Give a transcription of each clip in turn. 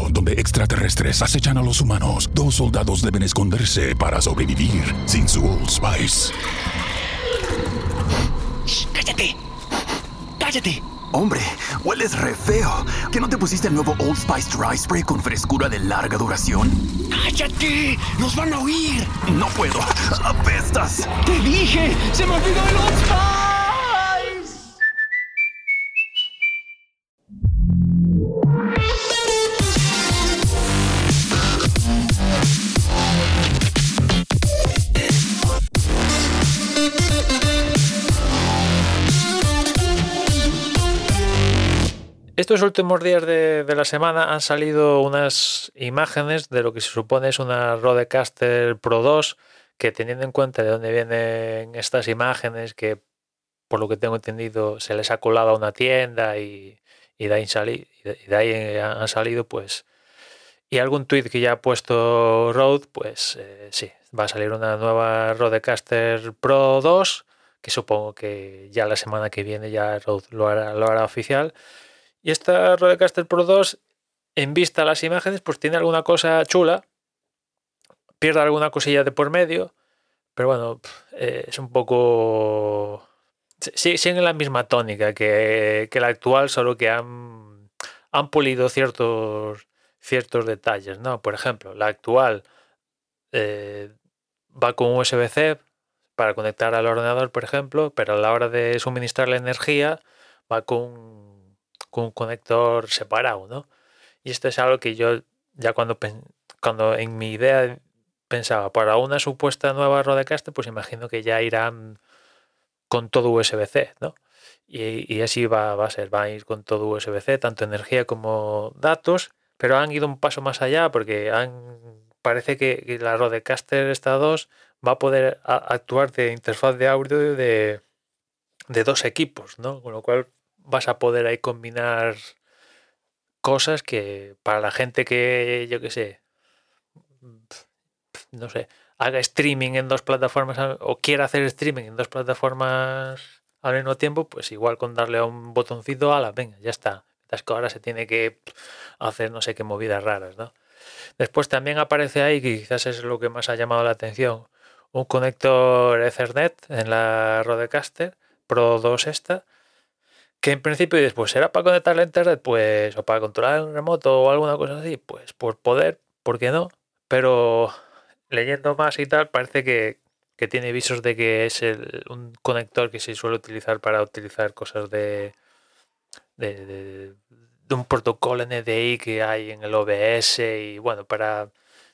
donde extraterrestres acechan a los humanos. Dos soldados deben esconderse para sobrevivir sin su Old Spice. ¡Shh! ¡Cállate! ¡Cállate! Hombre, hueles re feo. ¿Que no te pusiste el nuevo Old Spice Dry Spray con frescura de larga duración? ¡Cállate! ¡Nos van a oír! No puedo. ¡Apestas! ¡Te dije! ¡Se me olvidó el Old Spice! Estos últimos días de la semana han salido unas imágenes de lo que se supone es una Rodecaster Pro 2, que teniendo en cuenta de dónde vienen estas imágenes, que por lo que tengo entendido se les ha colado a una tienda y de ahí han salido, pues, y algún tuit que ya ha puesto Rode, pues sí, va a salir una nueva Rodecaster Pro 2, que supongo que ya la semana que viene ya Rode lo hará oficial. Y esta Rodecaster Pro 2, en vista a las imágenes, pues tiene alguna cosa chula, pierde alguna cosilla de por medio, pero bueno, es un poco... Siguen en la misma tónica que la actual, solo que han pulido ciertos detalles, ¿no? Por ejemplo, la actual va con USB-C para conectar al ordenador, por ejemplo, pero a la hora de suministrar la energía va con un conector separado, ¿no? Y esto es algo que yo ya cuando en mi idea pensaba para una supuesta nueva Rodecaster, pues imagino que ya irán con todo USB-C, ¿no? Y así va a ser, va a ir con todo USB-C, tanto energía como datos, pero han ido un paso más allá porque parece que la Rodecaster esta 2 va a poder actuar de interfaz de audio de dos equipos, ¿no? Con lo cual vas a poder ahí combinar cosas que para la gente que, yo qué sé, no sé, haga streaming en dos plataformas o quiera hacer streaming en dos plataformas al mismo tiempo, pues igual con darle a un botoncito, venga, ya está. Es que ahora se tiene que hacer no sé qué movidas raras, ¿no? Después también aparece ahí, que quizás es lo que más ha llamado la atención, un conector Ethernet en la Rodecaster Pro 2 esta, que en principio después será para conectar a internet, pues, o para controlar en remoto o alguna cosa así, pues por poder, ¿por qué no? Pero leyendo más y tal, parece que tiene visos de que es un conector que se suele utilizar para utilizar cosas de un protocolo NDI que hay en el OBS y bueno, para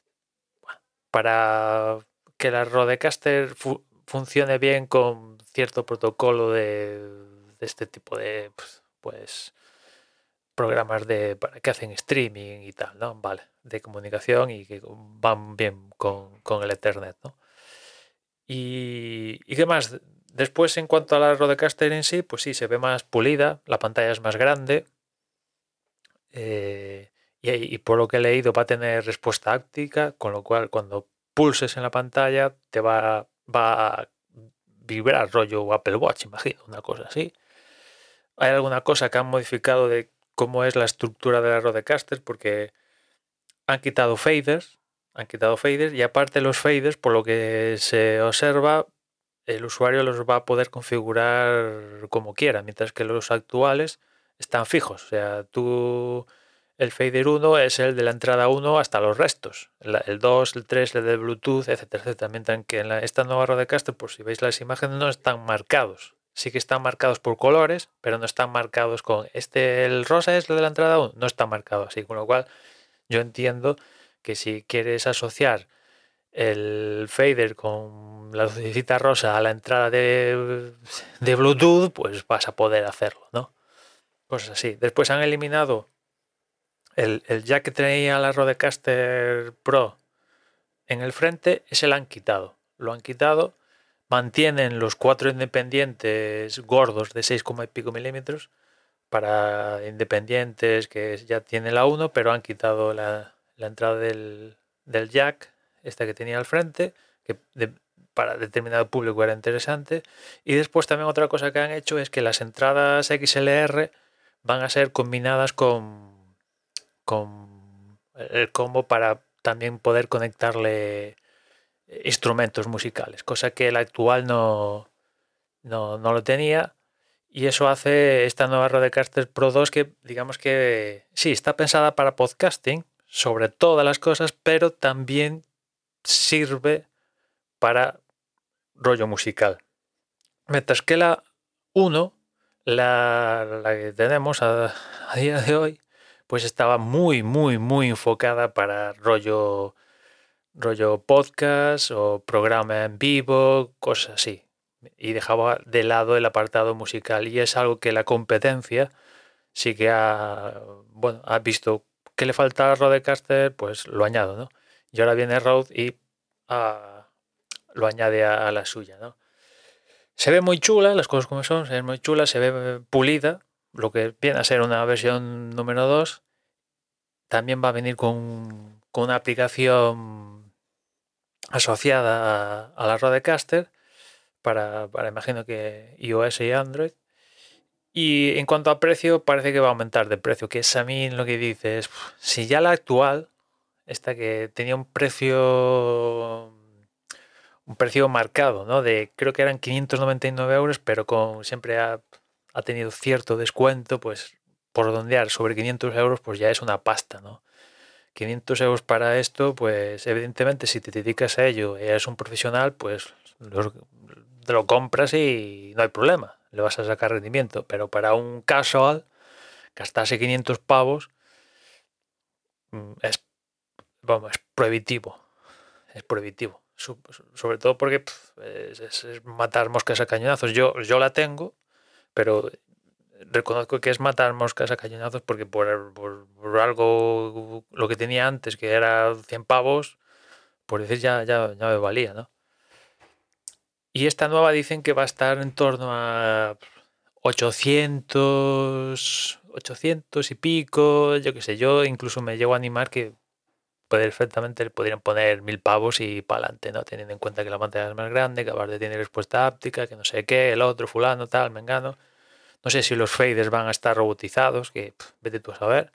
que la Rodecaster funcione bien con cierto protocolo de este tipo de pues programas para que hacen streaming y tal, ¿no? Vale, de comunicación y que van bien con el Ethernet, ¿no? ¿Y qué más? Después, en cuanto a la Rodecaster en sí, pues sí, se ve más pulida, la pantalla es más grande, y por lo que he leído va a tener respuesta áptica, con lo cual cuando pulses en la pantalla te va a vibrar rollo Apple Watch, imagino, una cosa así. Hay alguna cosa que han modificado de cómo es la estructura de la Rodecaster, porque han quitado faders y aparte los faders, por lo que se observa, el usuario los va a poder configurar como quiera, mientras que los actuales están fijos. O sea, el fader 1 es el de la entrada 1 hasta los restos. El 2, el 3, el de Bluetooth, etcétera, etcétera. Mientras que esta nueva Rodecaster, pues si veis las imágenes, no están marcados. Sí que están marcados por colores, pero no están marcados con el rosa es el de la entrada 1, no está marcado así. Con lo cual, yo entiendo que si quieres asociar el fader con la lucecita rosa a la entrada de Bluetooth, pues vas a poder hacerlo, ¿no? Pues así. Después han eliminado el jack que tenía la Rodecaster Pro en el frente, ese lo han quitado. Lo han quitado. Mantienen los 4 independientes gordos de 6, y pico milímetros para independientes que ya tiene la 1, pero han quitado la entrada del jack, esta que tenía al frente, que para determinado público era interesante. Y después también otra cosa que han hecho es que las entradas XLR van a ser combinadas con el combo para también poder conectarle instrumentos musicales, cosa que el actual no lo tenía. Y eso hace esta nueva Rodecaster Pro 2 que digamos que sí, está pensada para podcasting sobre todas las cosas, pero también sirve para rollo musical. Mientras que la 1, la que tenemos a día de hoy, pues estaba muy enfocada para rollo podcast o programa en vivo, cosas así. Y dejaba de lado el apartado musical, y es algo que la competencia sí que ha visto que le falta a Rodecaster, pues lo añado, ¿no? Y ahora viene Rode y lo añade a la suya, ¿no? Se ve muy chula, las cosas como son, se ve muy chula, se ve pulida, lo que viene a ser una versión número 2. También va a venir con una aplicación asociada a la Rodecaster para imagino que iOS y Android. Y en cuanto a precio, parece que va a aumentar de precio, que es a mí lo que dices, si ya la actual, esta que tenía un precio marcado, ¿no? De creo que eran 599 euros, pero siempre ha tenido cierto descuento, pues por redondear sobre 500 euros, pues ya es una pasta, ¿no? 500 euros para esto, pues evidentemente si te dedicas a ello y eres un profesional, pues te lo compras y no hay problema, le vas a sacar rendimiento. Pero para un casual, gastarse 500 pavos es prohibitivo. Es prohibitivo. Sobre todo porque es matar moscas a cañonazos. Yo la tengo, pero reconozco que es matar moscas a cañonazos porque por algo, lo que tenía antes, que era 100 pavos, por decir ya me valía, ¿no? Y esta nueva dicen que va a estar en torno a 800 y pico, yo qué sé. Yo incluso me llego a animar que perfectamente le podrían poner 1000 pavos y para adelante, ¿no? Teniendo en cuenta que la pantalla es más grande, que aparte tiene respuesta áptica, que no sé qué, el otro, fulano, tal, mengano. No sé si los faders van a estar robotizados, que vete tú a saber.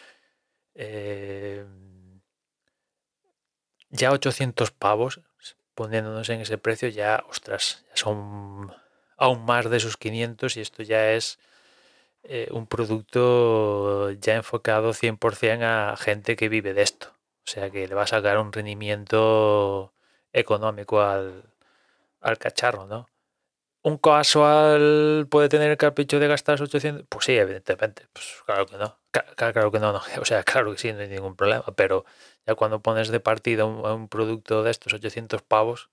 Ya 800 pavos, poniéndonos en ese precio, ya, ostras, ya son aún más de esos 500, y esto ya es un producto ya enfocado 100% a gente que vive de esto. O sea que le va a sacar un rendimiento económico al cacharro, ¿no? ¿Un casual puede tener el capricho de gastar 800? Pues sí, evidentemente. Pues claro que no. Claro que no. O sea, claro que sí, no hay ningún problema. Pero ya cuando pones de partida un producto de estos 800 pavos,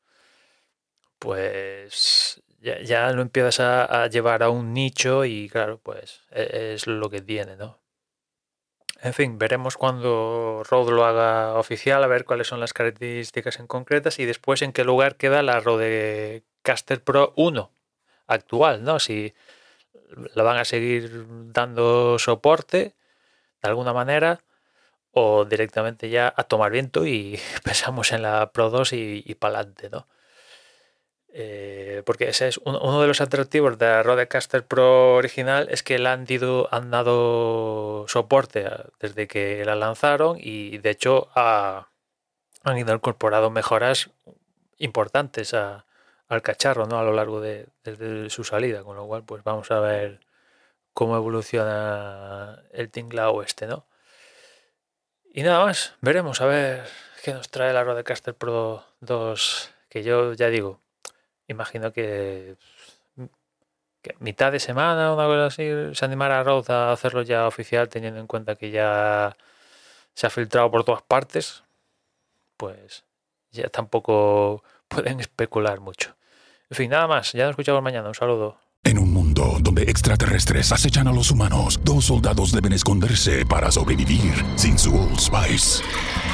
pues ya lo empiezas a llevar a un nicho y claro, pues es lo que tiene, ¿no? En fin, veremos cuando Rode lo haga oficial, a ver cuáles son las características en concretas y después en qué lugar queda la Rodecaster Pro 1 actual, ¿no? Si la van a seguir dando soporte de alguna manera o directamente ya a tomar viento y pensamos en la Pro 2 y para adelante, ¿no? Porque ese es uno de los atractivos de la Rodecaster Pro original, es que le han dado soporte desde que la lanzaron y de hecho han ido incorporando mejoras importantes al cacharro, ¿no? A lo largo desde su salida, con lo cual pues vamos a ver cómo evoluciona el tinglao ¿no? Y nada más, veremos a ver qué nos trae la Rodecaster Pro 2, que yo ya digo, imagino que mitad de semana, una cosa así, se animará a Rode a hacerlo ya oficial, teniendo en cuenta que ya se ha filtrado por todas partes, pues ya tampoco pueden especular mucho. En fin, nada más, ya nos escuchamos mañana, un saludo. En un mundo donde extraterrestres acechan a los humanos, 2 soldados deben esconderse para sobrevivir sin su Old Spice.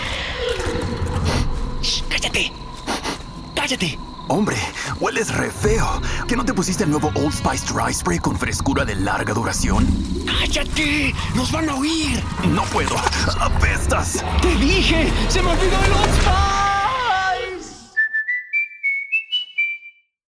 Shh, ¡cállate! ¡Cállate! Hombre, hueles re feo. ¿Que no te pusiste el nuevo Old Spice Dry Spray con frescura de larga duración? ¡Cállate! ¡Nos van a oír! No puedo. ¡Apestas! ¡Te dije! ¡Se me olvidó el Old Spice!